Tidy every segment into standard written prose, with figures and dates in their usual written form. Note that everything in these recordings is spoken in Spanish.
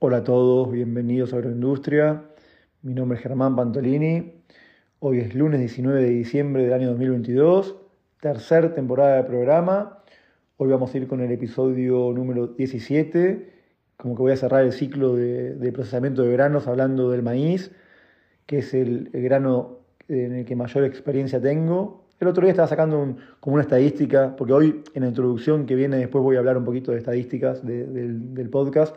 Hola a todos, bienvenidos a Agroindustria. Mi nombre es Germán Pantolini. Hoy es lunes 19 de diciembre del año 2022, tercera temporada del programa. Hoy vamos a ir con el episodio número 17. Como que voy a cerrar el ciclo de procesamiento de granos hablando del maíz, que es el grano en el que mayor experiencia tengo. El otro día estaba sacando como una estadística, porque hoy en la introducción que viene después voy a hablar un poquito de estadísticas del podcast.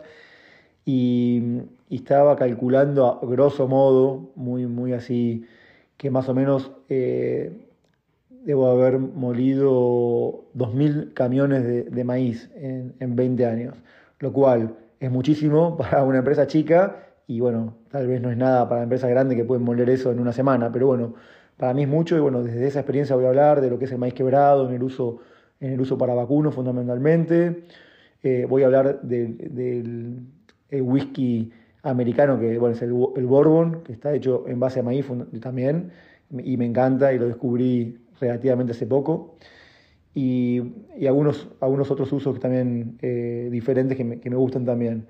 Y estaba calculando a grosso modo, muy así, que más o menos debo haber molido 2.000 camiones de maíz en 20 años, lo cual es muchísimo para una empresa chica y bueno, tal vez no es nada para empresas grandes que pueden moler eso en una semana, pero bueno, para mí es mucho y bueno, desde esa experiencia voy a hablar de lo que es el maíz quebrado en el uso para vacuno fundamentalmente. Voy a hablar del el whisky americano, que bueno, es el Bourbon, que está hecho en base a maíz también, y me encanta y lo descubrí relativamente hace poco. Y algunos otros usos también diferentes que me gustan también.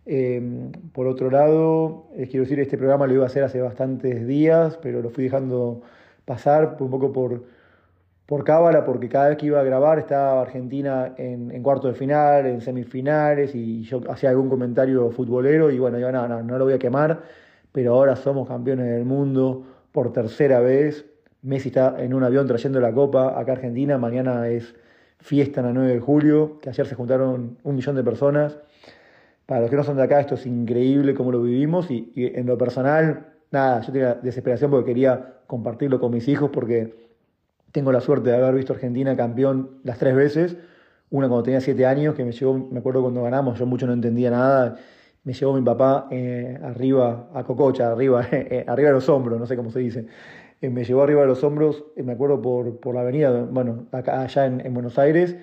Por otro lado, les quiero decir, este programa lo iba a hacer hace bastantes días, pero lo fui dejando pasar un poco por cábala, porque cada vez que iba a grabar estaba Argentina en cuarto de final, en semifinales, y yo hacía algún comentario futbolero, y bueno, yo no lo voy a quemar, pero ahora somos campeones del mundo por tercera vez. Messi está en un avión trayendo la copa acá a Argentina, mañana es fiesta en la 9 de julio, que ayer se juntaron 1 millón de personas. Para los que no son de acá, esto es increíble cómo lo vivimos, y en lo personal, nada, yo tenía desesperación porque quería compartirlo con mis hijos, porque tengo la suerte de haber visto a Argentina campeón las 3 veces. Una cuando tenía 7 años, que me llevó, me acuerdo cuando ganamos, yo mucho no entendía nada. Me llevó mi papá arriba, a Cococha, arriba, arriba de los hombros, no sé cómo se dice. Me llevó arriba de los hombros, me acuerdo por la avenida, bueno, acá, allá en Buenos Aires,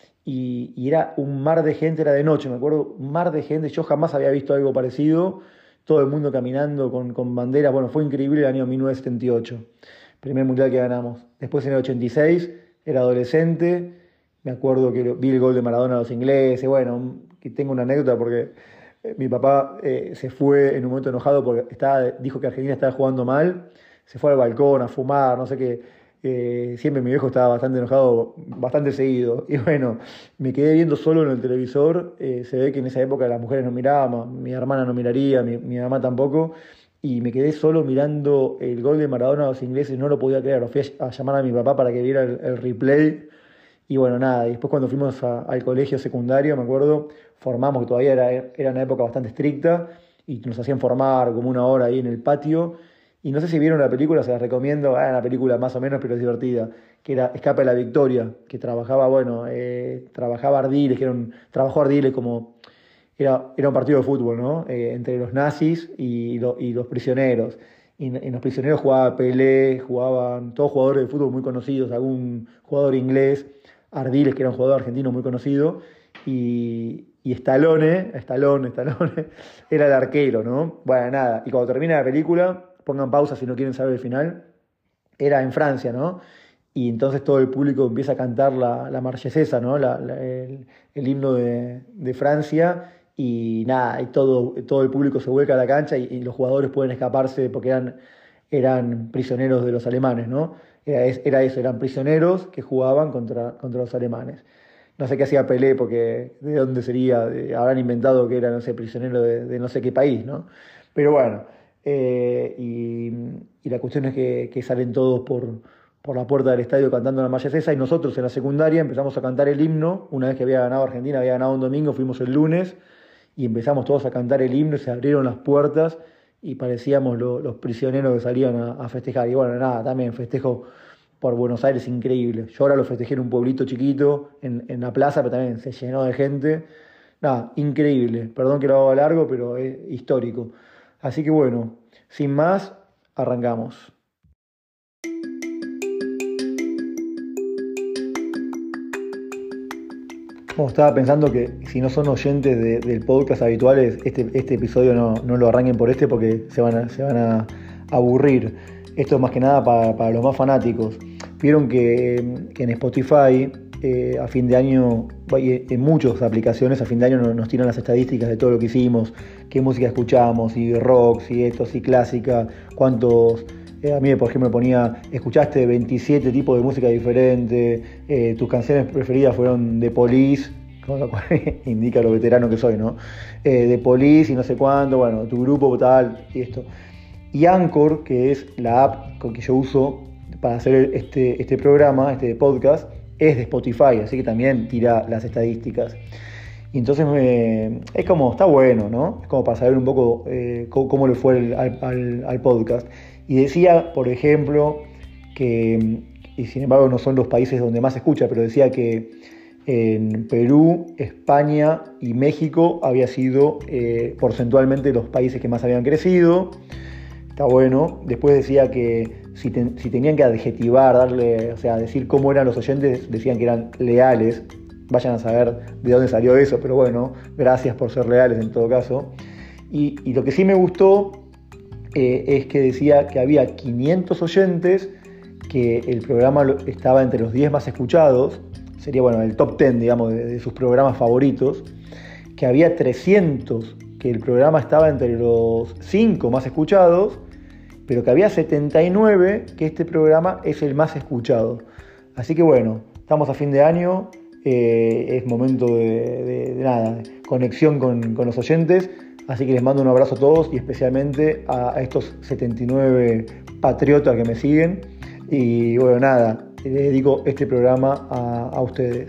y era un mar de gente, era de noche, me acuerdo, un mar de gente. Yo jamás había visto algo parecido. Todo el mundo caminando con banderas. Bueno, fue increíble el año 1978. Primer mundial que ganamos. Después en el 86, era adolescente, me acuerdo que vi el gol de Maradona a los ingleses. Bueno, que tengo una anécdota porque mi papá se fue en un momento enojado porque dijo que Argentina estaba jugando mal, se fue al balcón a fumar, no sé qué. Siempre mi viejo estaba bastante enojado, bastante seguido, y bueno, me quedé viendo solo en el televisor. Se ve que en esa época las mujeres no miraban, mi hermana no miraría, mi mamá tampoco, y me quedé solo mirando el gol de Maradona a los ingleses. No lo podía creer, lo fui a llamar a mi papá para que viera el replay. Y bueno, nada, y después cuando fuimos al colegio secundario, me acuerdo, formamos, que todavía era una época bastante estricta, y nos hacían formar como 1 hora ahí en el patio. Y no sé si vieron la película, se las recomiendo, una película más o menos, pero es divertida, que era Escape a la Victoria, que trabajaba, bueno, trabajaba Ardiles, trabajó Ardiles como. Era un partido de fútbol, ¿no? Entre los nazis y los prisioneros. Y en los prisioneros jugaba Pelé, jugaban todos jugadores de fútbol muy conocidos, algún jugador inglés, Ardiles, que era un jugador argentino muy conocido, y Stallone era el arquero, ¿no? Bueno, nada, y cuando termina la película, pongan pausa si no quieren saber el final, era en Francia, ¿no? Y entonces todo el público empieza a cantar la Marsellesa, ¿no? El himno de Francia. Y nada, y todo el público se vuelca a la cancha, y los jugadores pueden escaparse porque eran prisioneros de los alemanes, ¿no? Era eso, eran prisioneros que jugaban contra los alemanes. No sé qué hacía Pelé, porque de dónde sería, habrán inventado que era, no sé, prisionero de no sé qué país, ¿no? Pero bueno, y la cuestión es que salen todos por la puerta del estadio cantando la Marsellesa, y nosotros en la secundaria empezamos a cantar el himno. Una vez que había ganado Argentina, había ganado un domingo, fuimos el lunes, y empezamos todos a cantar el himno, y se abrieron las puertas, y parecíamos los prisioneros que salían a festejar. Y bueno, nada, también festejo por Buenos Aires increíble. Yo ahora lo festejé en un pueblito chiquito, en la plaza, pero también se llenó de gente. Nada, increíble. Perdón que lo haga largo, pero es histórico. Así que bueno, sin más, arrancamos. Bueno, estaba pensando que si no son oyentes del podcast habituales, este episodio no lo arranquen por porque se van a aburrir. Esto es más que nada para los más fanáticos. Vieron que en Spotify a fin de año, en muchas aplicaciones a fin de año nos tiran las estadísticas de todo lo que hicimos, qué música escuchamos, si rock, si esto, si clásica, cuántos... A mí, por ejemplo, me ponía, escuchaste 27 tipos de música diferente, tus canciones preferidas fueron de Police, con lo cual indica lo veterano que soy, ¿no? De Police y no sé cuánto, bueno, tu grupo tal y esto. Y Anchor, que es la app que yo uso para hacer este programa, este podcast, es de Spotify, así que también tira las estadísticas. Y entonces es como, está bueno, ¿no? Es como para saber un poco cómo le fue al podcast. Y decía, por ejemplo, que, y sin embargo no son los países donde más se escucha, pero decía que en Perú, España y México había sido porcentualmente los países que más habían crecido. Está bueno. Después decía que si tenían que adjetivar, darle, o sea, decir cómo eran los oyentes, decían que eran leales. Vayan a saber de dónde salió eso, pero bueno, gracias por ser leales en todo caso. Y lo que sí me gustó es que decía que había 500 oyentes, que el programa estaba entre los 10 más escuchados, sería bueno el top 10, digamos, de sus programas favoritos, que había 300, que el programa estaba entre los 5 más escuchados, pero que había 79, que este programa es el más escuchado. Así que bueno, estamos a fin de año, es momento de nada, conexión con los oyentes, así que les mando un abrazo a todos y especialmente a estos 79 patriotas que me siguen. Y bueno, nada, le dedico este programa a ustedes.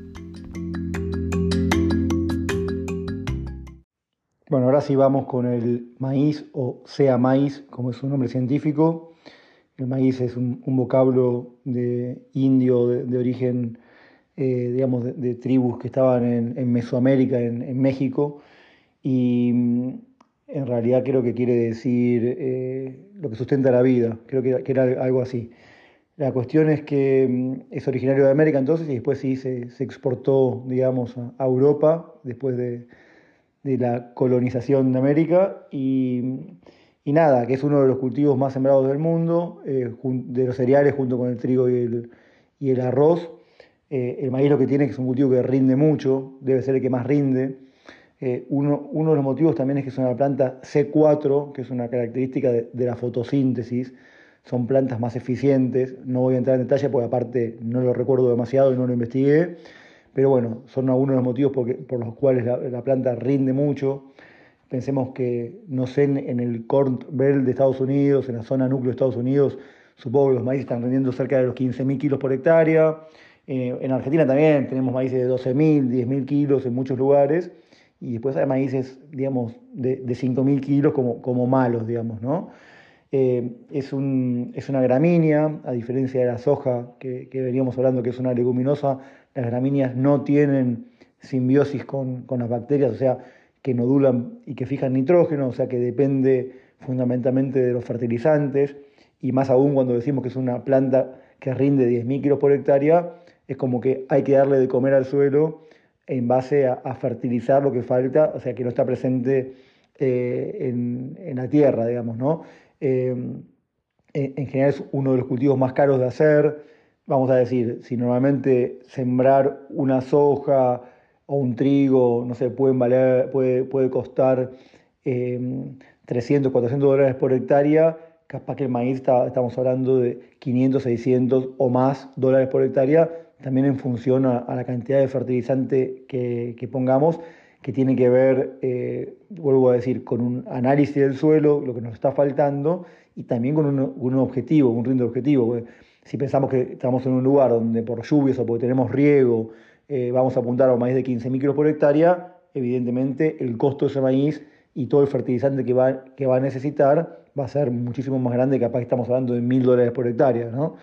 Bueno, ahora sí vamos con el maíz o sea maíz, como es su nombre científico. El maíz es un vocablo de indio de origen, digamos, de tribus que estaban en Mesoamérica, en México, y en realidad creo que quiere decir lo que sustenta la vida, creo que era algo así. La cuestión es que es originario de América entonces y después sí se exportó, digamos, a Europa después de la colonización de América y nada, que es uno de los cultivos más sembrados del mundo, de los cereales junto con el trigo y el arroz. El maíz lo que tiene es que es un cultivo que rinde mucho, debe ser el que más rinde. Uno de los motivos también es que es una planta C4, que es una característica de la fotosíntesis. Son plantas más eficientes, no voy a entrar en detalle porque aparte no lo recuerdo demasiado y no lo investigué, pero bueno, son algunos de los motivos por los cuales la planta rinde mucho. Pensemos que, no sé, en el Corn Belt de Estados Unidos, en la zona núcleo de Estados Unidos, supongo que los maíces están rindiendo cerca de los 15.000 kilos por hectárea. En Argentina también tenemos maíces de 12.000, 10.000 kilos en muchos lugares. Y después hay maíces, digamos, de 5.000 kilos como malos, digamos, ¿no? Es una gramínea, a diferencia de la soja que veníamos hablando, que es una leguminosa. Las gramíneas no tienen simbiosis con las bacterias, o sea, que nodulan y que fijan nitrógeno, o sea, que depende fundamentalmente de los fertilizantes, y más aún cuando decimos que es una planta que rinde 10.000 kilos por hectárea, es como que hay que darle de comer al suelo en base a fertilizar lo que falta, o sea, que no está presente en la tierra, digamos, ¿no? En general es uno de los cultivos más caros de hacer. Vamos a decir, si normalmente sembrar una soja o un trigo, no sé, puede costar 300, 400 dólares por hectárea, capaz que el maíz estamos hablando de 500, 600 o más dólares por hectárea, también en función a la cantidad de fertilizante que pongamos, que tiene que ver, vuelvo a decir, con un análisis del suelo, lo que nos está faltando, y también con un objetivo, un rinde objetivo. Porque si pensamos que estamos en un lugar donde por lluvias o porque tenemos riego, vamos a apuntar a un maíz de 15.000 kilos por hectárea, evidentemente el costo de ese maíz y todo el fertilizante que va a necesitar va a ser muchísimo más grande, capaz que estamos hablando de 1.000 dólares por hectárea, ¿no?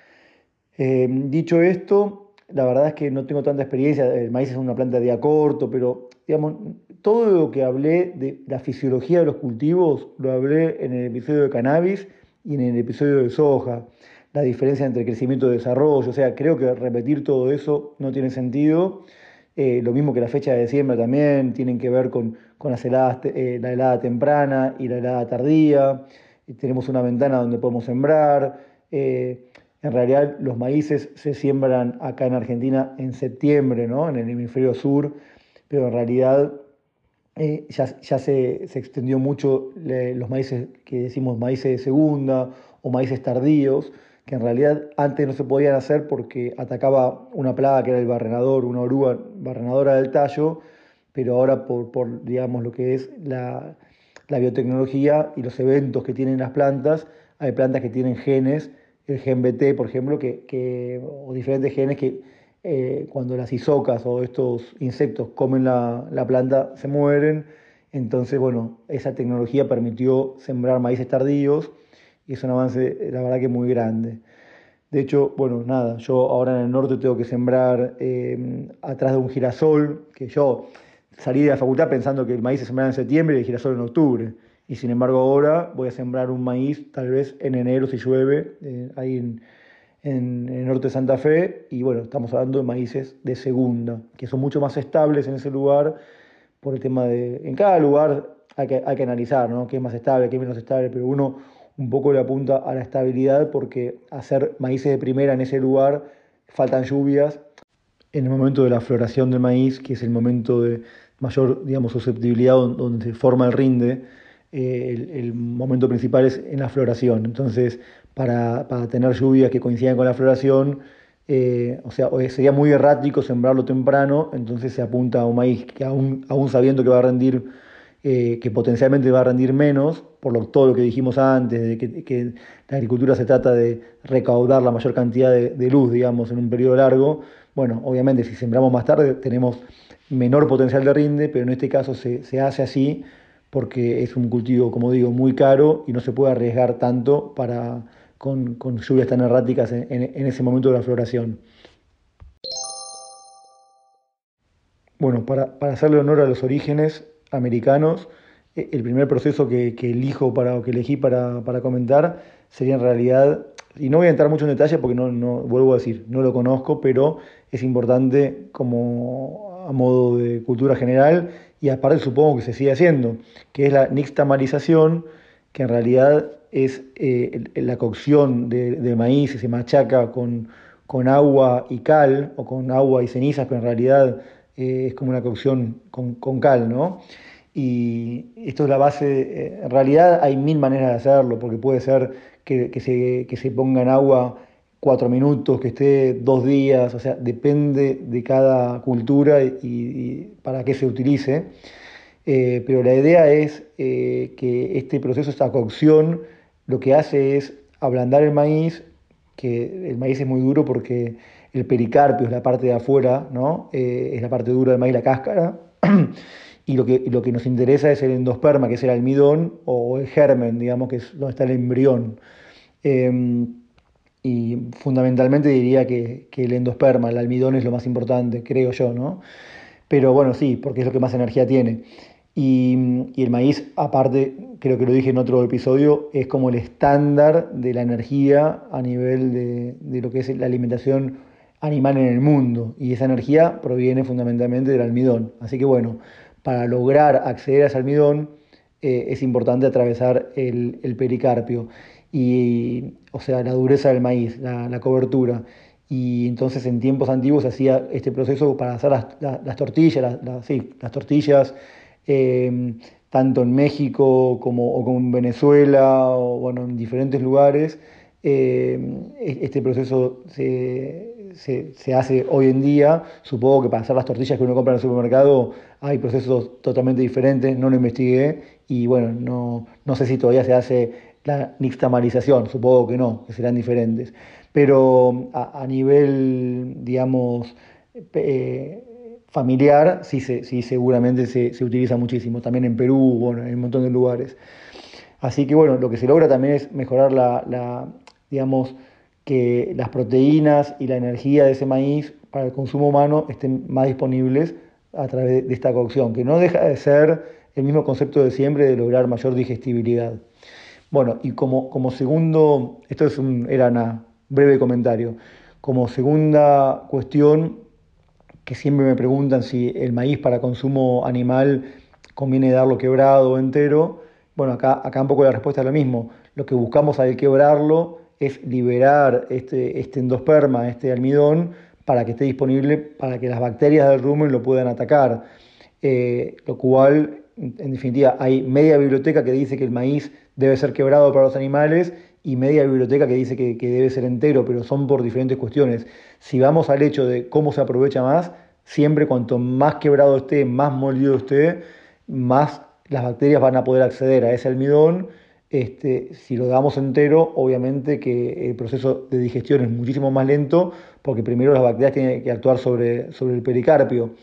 Dicho esto, la verdad es que no tengo tanta experiencia, el maíz es una planta de día corto, pero digamos, todo lo que hablé de la fisiología de los cultivos lo hablé en el episodio de cannabis y en el episodio de soja, la diferencia entre crecimiento y desarrollo, o sea, creo que repetir todo eso no tiene sentido. Lo mismo que la fecha de siembra también, tienen que ver con las heladas, la helada temprana y la helada tardía. Tenemos una ventana donde podemos sembrar. En realidad los maíces se siembran acá en Argentina en septiembre, ¿no? En el hemisferio sur, pero en realidad ya se extendió mucho los maíces que decimos maíces de segunda o maíces tardíos, que en realidad antes no se podían hacer porque atacaba una plaga que era el barrenador, una oruga barrenadora del tallo, pero ahora digamos, lo que es la biotecnología y los eventos que tienen las plantas, hay plantas que tienen genes, el gen BT, por ejemplo, o diferentes genes que cuando las isocas o estos insectos comen la planta se mueren. Entonces, bueno, esa tecnología permitió sembrar maíces tardíos y es un avance, la verdad que muy grande. De hecho, bueno, nada, yo ahora en el norte tengo que sembrar atrás de un girasol, que yo salí de la facultad pensando que el maíz se sembraba en septiembre y el girasol en octubre. Y sin embargo ahora voy a sembrar un maíz tal vez en enero si llueve, ahí en el norte de Santa Fe. Y bueno, estamos hablando de maíces de segunda, que son mucho más estables en ese lugar por el tema de, en cada lugar hay que analizar, ¿no? Qué es más estable, qué es menos estable, pero uno un poco le apunta a la estabilidad porque hacer maíces de primera en ese lugar faltan lluvias. En el momento de la floración del maíz, que es el momento de mayor, digamos, susceptibilidad donde se forma el rinde, el momento principal es en la floración. Entonces, para tener lluvias que coincidan con la floración, o sea, sería muy errático sembrarlo temprano, entonces se apunta a un maíz que aún sabiendo que va a rendir, que potencialmente va a rendir menos, todo lo que dijimos antes, de que la agricultura se trata de recaudar la mayor cantidad de luz, digamos, en un periodo largo. Bueno, obviamente si sembramos más tarde tenemos menor potencial de rinde, pero en este caso se hace así porque es un cultivo, como digo, muy caro y no se puede arriesgar tanto con lluvias tan erráticas en ese momento de la floración. Bueno, para hacerle honor a los orígenes americanos, el primer proceso que elegí para comentar sería en realidad, y no voy a entrar mucho en detalle porque vuelvo a decir, no lo conozco, pero es importante como a modo de cultura general y aparte supongo que se sigue haciendo, que es la nixtamalización, que en realidad es la cocción de maíz, se machaca con agua y cal o con agua y cenizas, pero en realidad es como una cocción con cal, ¿no? Y esto es la base, en realidad hay mil maneras de hacerlo, porque puede ser que se ponga en agua 4 minutos, que esté 2 días, o sea, depende de cada cultura y para qué se utilice. Pero la idea es que este proceso, esta cocción, lo que hace es ablandar el maíz, que el maíz es muy duro porque el pericarpio es la parte de afuera, ¿no? Es la parte dura del maíz, la cáscara. Y lo que nos interesa es el endosperma, que es el almidón, o el germen, digamos, que es donde está el embrión. Eh, y fundamentalmente diría que el endosperma, el almidón es lo más importante, creo yo, ¿no? Pero bueno, sí, porque es lo que más energía tiene. Y el maíz, aparte, creo que lo dije en otro episodio, es como el estándar de la energía a nivel de lo que es la alimentación animal en el mundo. Y esa energía proviene fundamentalmente del almidón. Así que bueno, para lograr acceder a ese almidón es importante atravesar el pericarpio. Y, o sea, la dureza del maíz, la cobertura. Y entonces en tiempos antiguos se hacía este proceso para hacer las tortillas, sí, las tortillas, eh, tanto en México como en Venezuela, o bueno, en diferentes lugares. Este proceso se hace hoy en día. Supongo que para hacer las tortillas que uno compra en el supermercado hay procesos totalmente diferentes, no lo investigué y bueno, no sé si todavía se hace la nixtamalización, supongo que no, que serán diferentes. Pero a nivel, digamos, familiar, sí seguramente se utiliza muchísimo. También en Perú, bueno, en un montón de lugares. Así que bueno, lo que se logra también es mejorar digamos, que las proteínas y la energía de ese maíz para el consumo humano estén más disponibles a través de esta cocción, que no deja de ser el mismo concepto de siempre de lograr mayor digestibilidad. Bueno, y como segundo, era un breve comentario, como segunda cuestión, que siempre me preguntan si el maíz para consumo animal conviene darlo quebrado o entero. Bueno, acá un poco la respuesta es lo mismo. Lo que buscamos al quebrarlo es liberar este endosperma, este almidón, para que esté disponible para que las bacterias del rumen lo puedan atacar. Lo cual, en definitiva, hay media biblioteca que dice que el maíz debe ser quebrado para los animales y media biblioteca que dice que debe ser entero, pero son por diferentes cuestiones. Si vamos al hecho de cómo se aprovecha más, siempre cuanto más quebrado esté, más molido esté, más las bacterias van a poder acceder a ese almidón. Si lo damos entero, obviamente que el proceso de digestión es muchísimo más lento, porque primero las bacterias tienen que actuar sobre el pericarpio.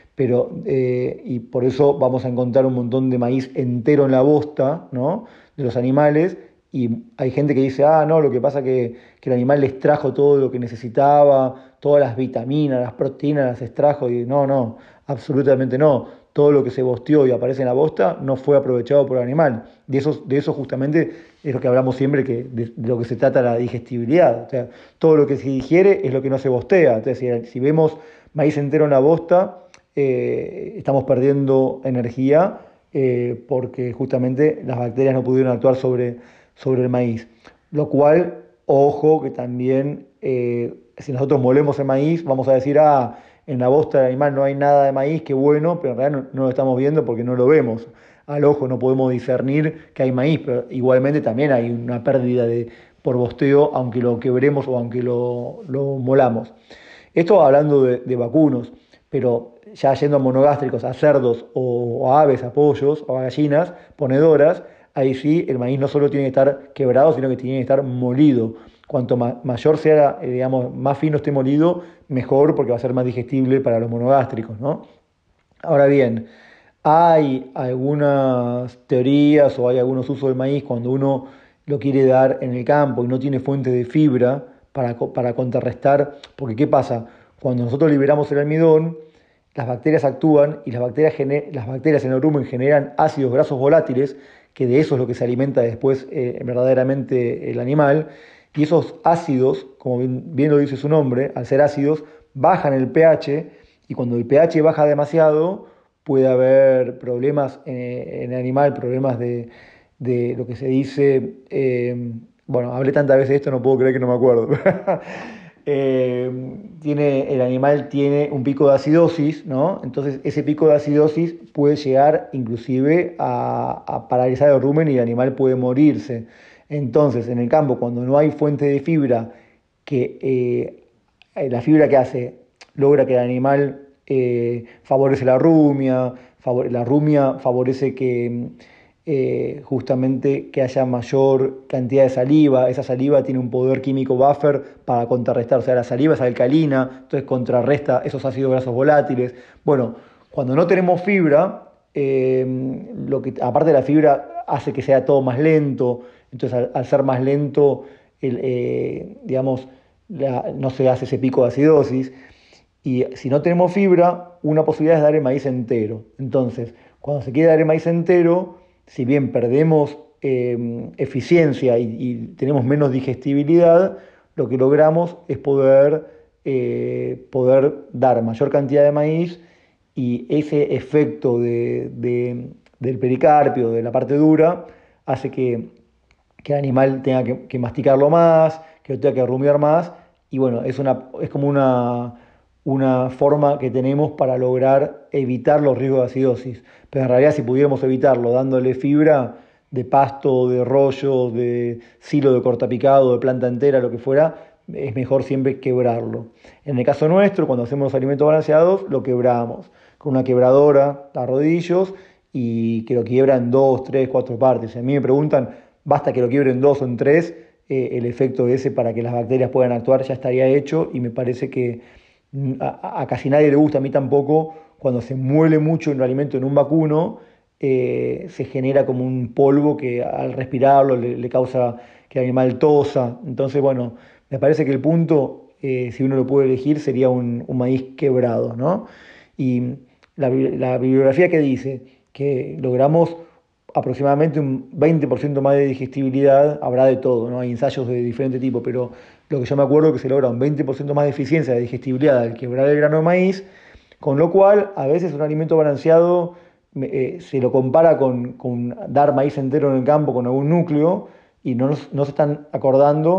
Y por eso vamos a encontrar un montón de maíz entero en la bosta, ¿no?, de los animales, y hay gente que dice, no, lo que pasa es que el animal les trajo todo lo que necesitaba, todas las vitaminas, las proteínas las extrajo, y no, absolutamente no. Todo lo que se bosteó y aparece en la bosta no fue aprovechado por el animal. De eso justamente es lo que hablamos siempre, que de lo que se trata la digestibilidad. O sea, todo lo que se digiere es lo que no se bostea. Entonces, si vemos maíz entero en la bosta, estamos perdiendo energía, porque justamente las bacterias no pudieron actuar sobre el maíz. Lo cual, ojo, que también si nosotros molemos el maíz, vamos a decir, en la bosta del animal no hay nada de maíz, qué bueno, pero en realidad no lo estamos viendo porque no lo vemos. Al ojo no podemos discernir que hay maíz, pero igualmente también hay una pérdida por bosteo, aunque lo quebremos o aunque lo molamos. Esto hablando de vacunos, pero ya yendo a monogástricos, a cerdos o a aves, a pollos o a gallinas ponedoras, ahí sí el maíz no solo tiene que estar quebrado, sino que tiene que estar molido. Cuanto mayor sea, digamos, más fino esté molido, mejor, porque va a ser más digestible para los monogástricos, ¿no? Ahora bien, hay algunas teorías o hay algunos usos del maíz cuando uno lo quiere dar en el campo y no tiene fuente de fibra para contrarrestar, porque ¿qué pasa? Cuando nosotros liberamos el almidón, las bacterias actúan y las bacterias en el rumen generan ácidos grasos volátiles, que de eso es lo que se alimenta después verdaderamente el animal, y esos ácidos, como bien lo dice su nombre, al ser ácidos, bajan el pH, y cuando el pH baja demasiado, puede haber problemas en el animal, problemas de lo que se dice, hablé tantas veces de esto, no puedo creer que no me acuerdo. El animal tiene un pico de acidosis, ¿no? Entonces ese pico de acidosis puede llegar inclusive a paralizar el rumen y el animal puede morirse. Entonces, en el campo, cuando no hay fuente de fibra, la fibra que hace logra que el animal favorece la rumia favorece que justamente que haya mayor cantidad de saliva. Esa saliva tiene un poder químico buffer para contrarrestar, o sea, la saliva es alcalina, entonces contrarresta esos ácidos grasos volátiles. Bueno, cuando no tenemos fibra, aparte de la fibra hace que sea todo más lento, entonces al ser más lento, no se hace ese pico de acidosis. Y si no tenemos fibra, una posibilidad es dar el maíz entero. Entonces, cuando se quiere dar el maíz entero, si bien perdemos eficiencia y tenemos menos digestibilidad, lo que logramos es poder dar mayor cantidad de maíz, y ese efecto del pericarpio, de la parte dura, hace que el animal tenga que masticarlo más, que lo tenga que rumiar más, y bueno, es como una forma que tenemos para lograr evitar los riesgos de acidosis. Pero en realidad, si pudiéramos evitarlo dándole fibra de pasto, de rollo, de silo de cortapicado, de planta entera, lo que fuera, es mejor siempre quebrarlo. En el caso nuestro, cuando hacemos los alimentos balanceados, lo quebramos con una quebradora a rodillos, y que lo quiebra en 2, 3, 4 partes. Si a mí me preguntan, basta que lo quiebre en 2 o en 3, el efecto ese para que las bacterias puedan actuar ya estaría hecho, y me parece que a casi nadie le gusta, a mí tampoco, cuando se muele mucho en el alimento en un vacuno, se genera como un polvo que al respirarlo le causa que el animal tosa. Entonces, bueno, me parece que el punto, si uno lo puede elegir, sería un maíz quebrado, ¿no? Y la bibliografía que dice que logramos aproximadamente un 20% más de digestibilidad, habrá de todo, ¿no? Hay ensayos de diferente tipo, pero lo que yo me acuerdo es que se logra un 20% más de eficiencia de digestibilidad al quebrar el grano de maíz, con lo cual a veces un alimento balanceado se lo compara con dar maíz entero en el campo con algún núcleo, y no se están acordando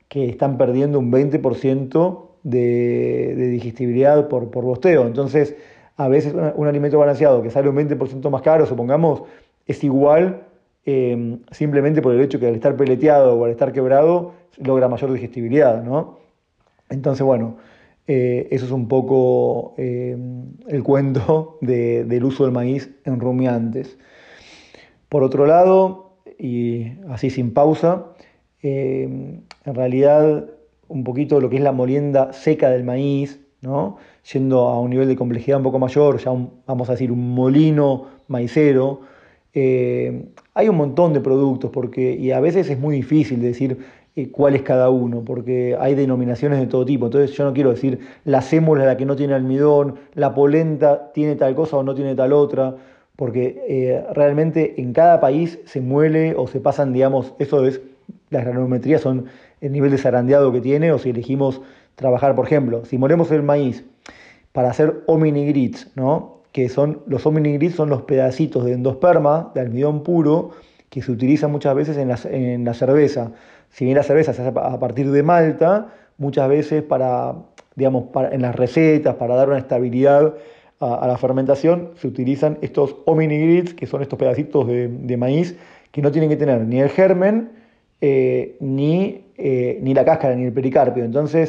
que están perdiendo un 20% de digestibilidad por bosteo. Entonces, a veces un alimento balanceado que sale un 20% más caro, supongamos, es igual simplemente por el hecho que al estar peleteado o al estar quebrado logra mayor digestibilidad, ¿no? Entonces, bueno, eso es un poco el cuento del uso del maíz en rumiantes. Por otro lado, y así sin pausa, en realidad un poquito lo que es la molienda seca del maíz, ¿no? Yendo a un nivel de complejidad un poco mayor, ya vamos a decir un molino maicero, hay un montón de productos y a veces es muy difícil decir cuál es cada uno, porque hay denominaciones de todo tipo. Entonces yo no quiero decir la sémola es la que no tiene almidón, la polenta tiene tal cosa o no tiene tal otra, porque realmente en cada país se muele o se pasan, digamos, eso es, las granometrías son el nivel de zarandeado que tiene, o si elegimos trabajar, por ejemplo, si molemos el maíz para hacer hominy grits, ¿no? Que son los hominy grits son los pedacitos de endosperma, de almidón puro, que se utilizan muchas veces en la cerveza. Si bien la cerveza se hace a partir de malta, muchas veces digamos, en las recetas, para dar una estabilidad a la fermentación, se utilizan estos hominy grits, que son estos pedacitos de maíz que no tienen que tener ni el germen, ni la cáscara, ni el pericarpio. Entonces,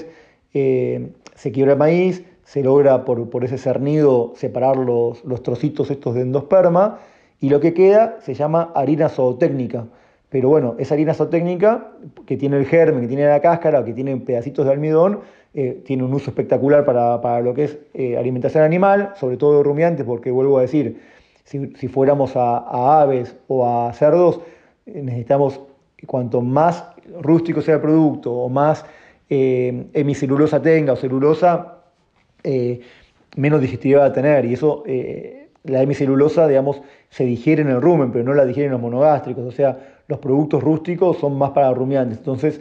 se quiebra el maíz, se logra por ese cernido separar los trocitos estos de endosperma, y lo que queda se llama harina zootécnica. Pero bueno, esa harina zootécnica que tiene el germen, que tiene la cáscara, que tiene pedacitos de almidón, tiene un uso espectacular para lo que es alimentación animal, sobre todo de rumiantes, porque vuelvo a decir, si fuéramos a aves o a cerdos, necesitamos, cuanto más rústico sea el producto o más hemicelulosa tenga o celulosa, eh, menos digestividad va a tener. Y eso, la hemicelulosa, digamos, se digiere en el rumen, pero no la digieren los monogástricos. O sea, los productos rústicos son más para rumiantes. Entonces,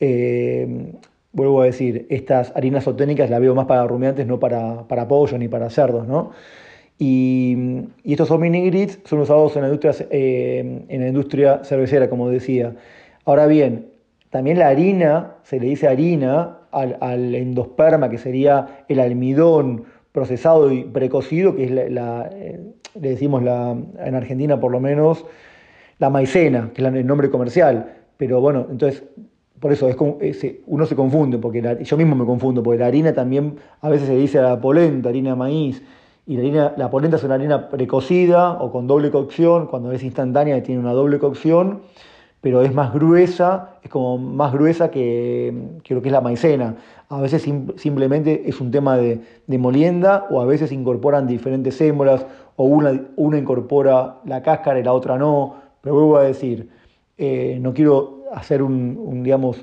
vuelvo a decir, estas harinas zootecnicas las veo más para rumiantes, no para pollo ni para cerdos, ¿no? Y estos hominy grits son usados en la industria cervecera, como decía. Ahora bien, también la harina, se le dice harina al endosperma, que sería el almidón procesado y precocido, que es le decimos en Argentina por lo menos, la maicena, que es el nombre comercial. Pero bueno, entonces, por eso uno se confunde, porque yo mismo me confundo, porque la harina también a veces se dice a la polenta, harina de maíz, y la polenta es una harina precocida o con doble cocción, cuando es instantánea tiene una doble cocción, pero es más gruesa, es como más gruesa que lo que es la maicena. A veces simplemente es un tema de molienda, o a veces incorporan diferentes sémolas, o una incorpora la cáscara y la otra no. Pero vuelvo a decir, no quiero hacer digamos,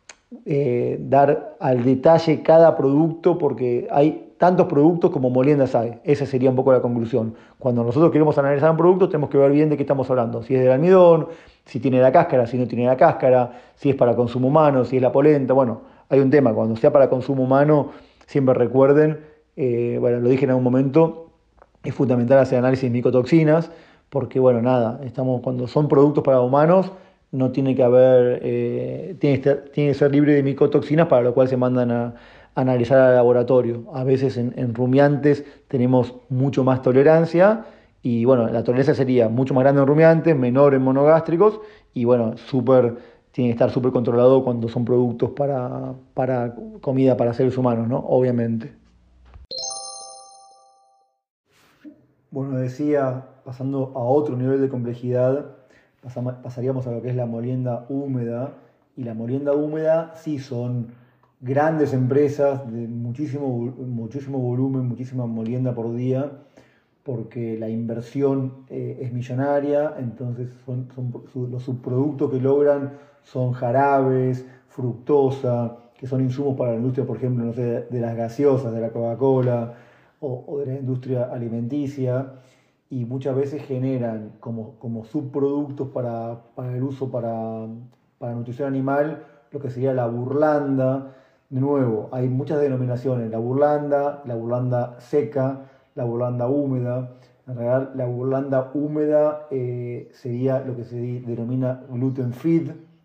dar al detalle cada producto, porque hay tantos productos como moliendas hay. Esa sería un poco la conclusión. Cuando nosotros queremos analizar un producto, tenemos que ver bien de qué estamos hablando. Si es del almidón, si tiene la cáscara, si no tiene la cáscara, si es para consumo humano, si es la polenta. Bueno, hay un tema. Cuando sea para consumo humano, siempre recuerden, bueno, lo dije en algún momento, es fundamental hacer análisis de micotoxinas, porque, bueno, nada, cuando son productos para humanos, no tiene que haber, tiene que ser libre de micotoxinas, para lo cual se mandan a analizar al laboratorio. A veces en rumiantes tenemos mucho más tolerancia, y bueno, la tolerancia sería mucho más grande en rumiantes, menor en monogástricos, y bueno, tiene que estar súper controlado cuando son productos para comida para seres humanos, ¿no? Obviamente. Bueno, decía, pasando a otro nivel de complejidad, pasaríamos a lo que es la molienda húmeda. Y la molienda húmeda sí son grandes empresas de muchísimo volumen, muchísima molienda por día, porque la inversión es millonaria. Entonces los subproductos que logran son jarabes, fructosa, que son insumos para la industria, por ejemplo, no sé, de las gaseosas, de la Coca-Cola, o de la industria alimenticia, y muchas veces generan como subproductos para el uso para nutrición animal lo que sería la burlanda. De nuevo, hay muchas denominaciones: la burlanda seca, la burlanda húmeda. En realidad, la burlanda húmeda sería lo que se denomina gluten feed,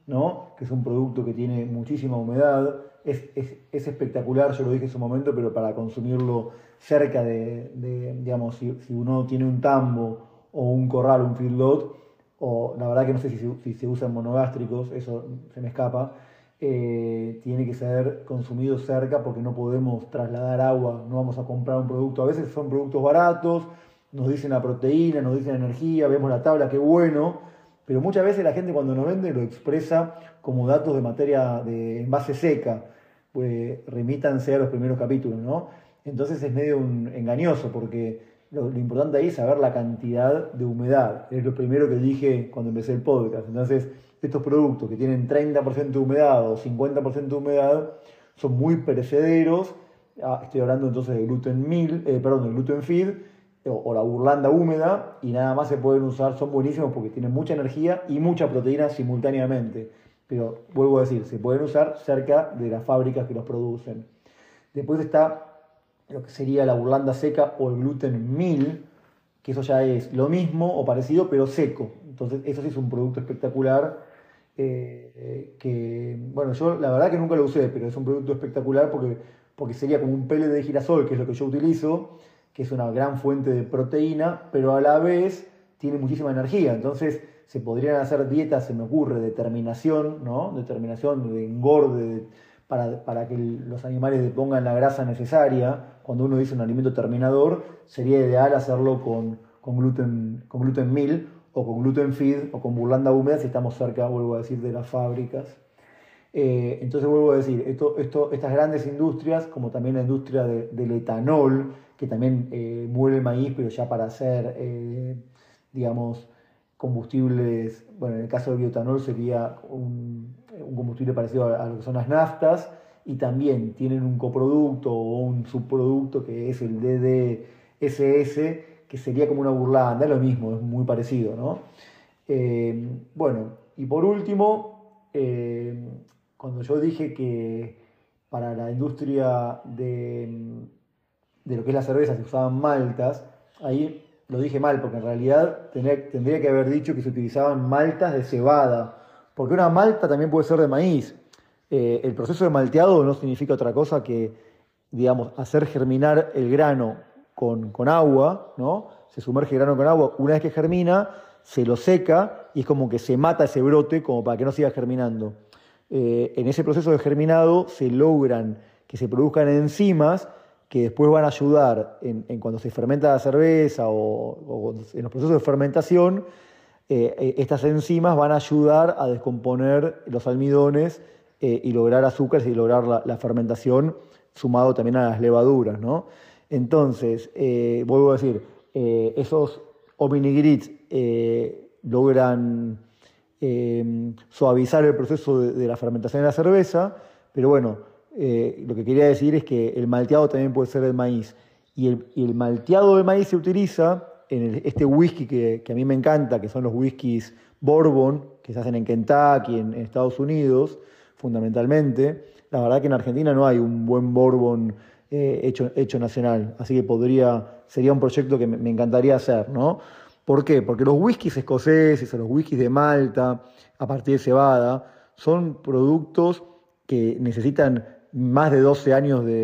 ¿no? Que es un producto que tiene muchísima humedad. Es espectacular, yo lo dije en su momento, pero para consumirlo cerca digamos, si uno tiene un tambo o un corral, un feedlot, o la verdad que no sé si se usan monogástricos, eso se me escapa, tiene que ser consumido cerca porque no podemos trasladar agua, no vamos a comprar un producto, a veces son productos baratos, nos dicen la proteína, nos dicen energía, vemos la tabla, qué bueno, pero muchas veces la gente cuando nos vende lo expresa como datos de materia de envase seca, pues remítanse a los primeros capítulos, ¿no? Entonces es medio engañoso porque lo importante ahí es saber la cantidad de humedad. Es lo primero que dije cuando empecé el podcast. Entonces, estos productos que tienen 30% de humedad o 50% de humedad son muy perecederos. Estoy hablando entonces de gluten de gluten feed o la burlanda húmeda y nada más se pueden usar, son buenísimos porque tienen mucha energía y mucha proteína simultáneamente. Pero vuelvo a decir, se pueden usar cerca de las fábricas que los producen. Después está lo que sería la burlanda seca o el gluten meal, que eso ya es lo mismo o parecido, pero seco. Entonces, eso sí es un producto espectacular. Que, bueno, yo la verdad que nunca lo usé, pero es un producto espectacular porque sería como un pellet de girasol, que es lo que yo utilizo, que es una gran fuente de proteína, pero a la vez tiene muchísima energía. Entonces, se podrían hacer dietas, se me ocurre, de terminación, ¿no? De terminación, de engorde, para que los animales depongan la grasa necesaria. Cuando uno dice un alimento terminador, sería ideal hacerlo con gluten meal o con gluten feed o con burlanda húmeda si estamos cerca, vuelvo a decir, de las fábricas. Entonces vuelvo a decir, estas grandes industrias, como también la industria del etanol, que también muele el maíz, pero ya para hacer, digamos, combustibles, bueno, en el caso del bioetanol sería un combustible parecido a lo que son las naftas, y también tienen un coproducto o un subproducto que es el DDSS, que sería como una burlanda, es lo mismo, es muy parecido, ¿no? Bueno, y por último, cuando yo dije que para la industria de lo que es la cerveza se usaban maltas, ahí lo dije mal, porque en realidad tendría que haber dicho que se utilizaban maltas de cebada, porque una malta también puede ser de maíz. El proceso de malteado no significa otra cosa que, digamos, hacer germinar el grano con agua, ¿no? Se sumerge el grano con agua, una vez que germina, se lo seca y es como que se mata ese brote como para que no siga germinando. En ese proceso de germinado se logran que se produzcan enzimas que después van a ayudar en cuando se fermenta la cerveza o en los procesos de fermentación, estas enzimas van a ayudar a descomponer los almidones y lograr azúcares y lograr la fermentación, sumado también a las levaduras, ¿no? Entonces, vuelvo a decir, esos omni-grids logran suavizar el proceso de la fermentación de la cerveza, pero bueno, lo que quería decir es que el malteado también puede ser de maíz, y el malteado de maíz se utiliza en este whisky que a mí me encanta, que son los whiskies Bourbon, que se hacen en Kentucky, en Estados Unidos, fundamentalmente. La verdad que en Argentina no hay un buen Bourbon hecho nacional, así que sería un proyecto que me encantaría hacer, ¿no? ¿Por qué? Porque los whiskies escoceses o los whiskies de Malta, a partir de cebada, son productos que necesitan más de 12 años no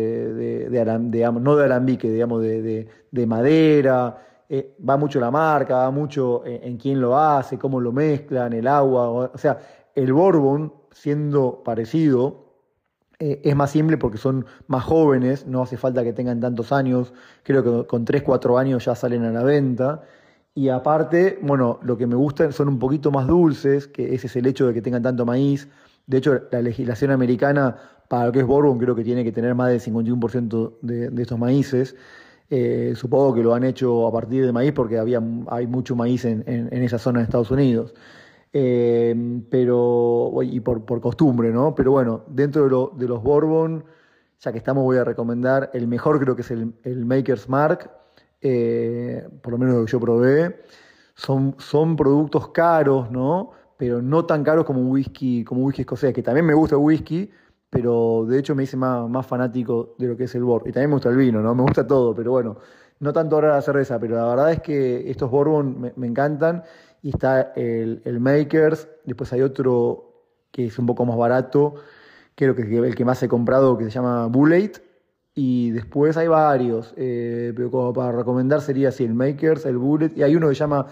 de alambique, digamos, de madera. Va mucho la marca, va mucho en quién lo hace, cómo lo mezclan, el agua. O sea, el Bourbon, siendo parecido, es más simple porque son más jóvenes, no hace falta que tengan tantos años, creo que con 3, 4 años ya salen a la venta. Y aparte, bueno, lo que me gusta son un poquito más dulces, que ese es el hecho de que tengan tanto maíz. De hecho, la legislación americana para lo que es Bourbon creo que tiene que tener más del 51% de estos maíces. Supongo que lo han hecho a partir de maíz porque hay mucho maíz en esa zona de Estados Unidos. Y por costumbre, ¿no? Pero bueno, dentro de los Bourbon, ya que estamos, voy a recomendar el mejor, creo que es el Maker's Mark, por lo menos lo que yo probé. Son productos caros, ¿no? Pero no tan caros como un whisky escocés, que también me gusta el whisky, pero de hecho me hice más fanático de lo que es el Bourbon. Y también me gusta el vino, ¿no? Me gusta todo, pero bueno, no tanto ahora la cerveza, pero la verdad es que estos Bourbon me encantan. Y está el Makers, después hay otro que es un poco más barato, creo que el que más he comprado, que se llama Bullet, y después hay varios, pero como para recomendar sería así, el Makers, el Bullet, y hay uno que se llama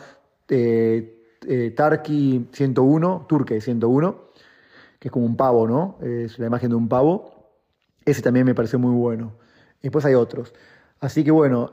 Turkey 101, que es como un pavo, ¿no? Es la imagen de un pavo. Ese también me pareció muy bueno. Después hay otros. Así que bueno,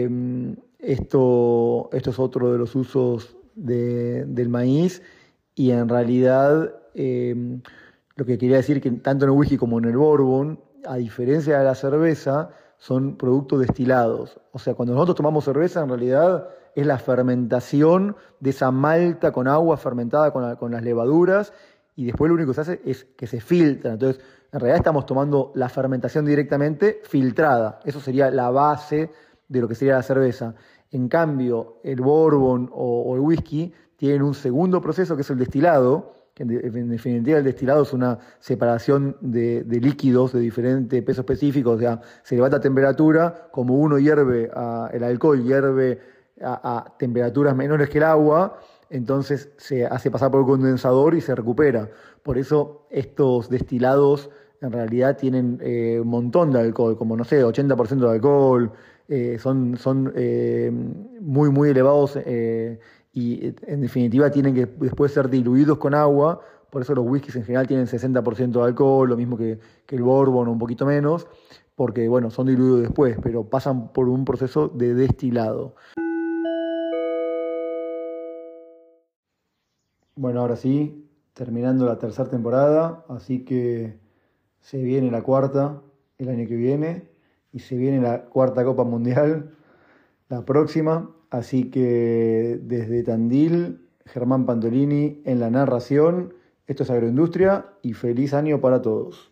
esto es otro de los usos del maíz y en realidad lo que quería decir que tanto en el whisky como en el bourbon, a diferencia de la cerveza, son productos destilados. O sea, cuando nosotros tomamos cerveza, en realidad es la fermentación de esa malta con agua fermentada con las levaduras y después lo único que se hace es que se filtra. Entonces, en realidad estamos tomando la fermentación directamente filtrada. Eso sería la base de lo que sería la cerveza. En cambio, el bourbon o el whisky tienen un segundo proceso que es el destilado, que en definitiva el destilado es una separación de líquidos de diferente peso específico, o sea, se levanta a temperatura, como uno hierve, el alcohol hierve a temperaturas menores que el agua, entonces se hace pasar por el condensador y se recupera. Por eso estos destilados en realidad tienen un montón de alcohol, como no sé, 80% de alcohol, son muy, muy elevados y en definitiva tienen que después ser diluidos con agua, por eso los whiskies en general tienen 60% de alcohol, lo mismo que el bourbon o un poquito menos, porque bueno, son diluidos después, pero pasan por un proceso de destilado. Bueno, ahora sí, terminando la tercera temporada, así que se viene la cuarta el año que viene y se viene la cuarta Copa Mundial la próxima, así que desde Tandil, Germán Pantolini en la narración, esto es Agroindustria y feliz año para todos.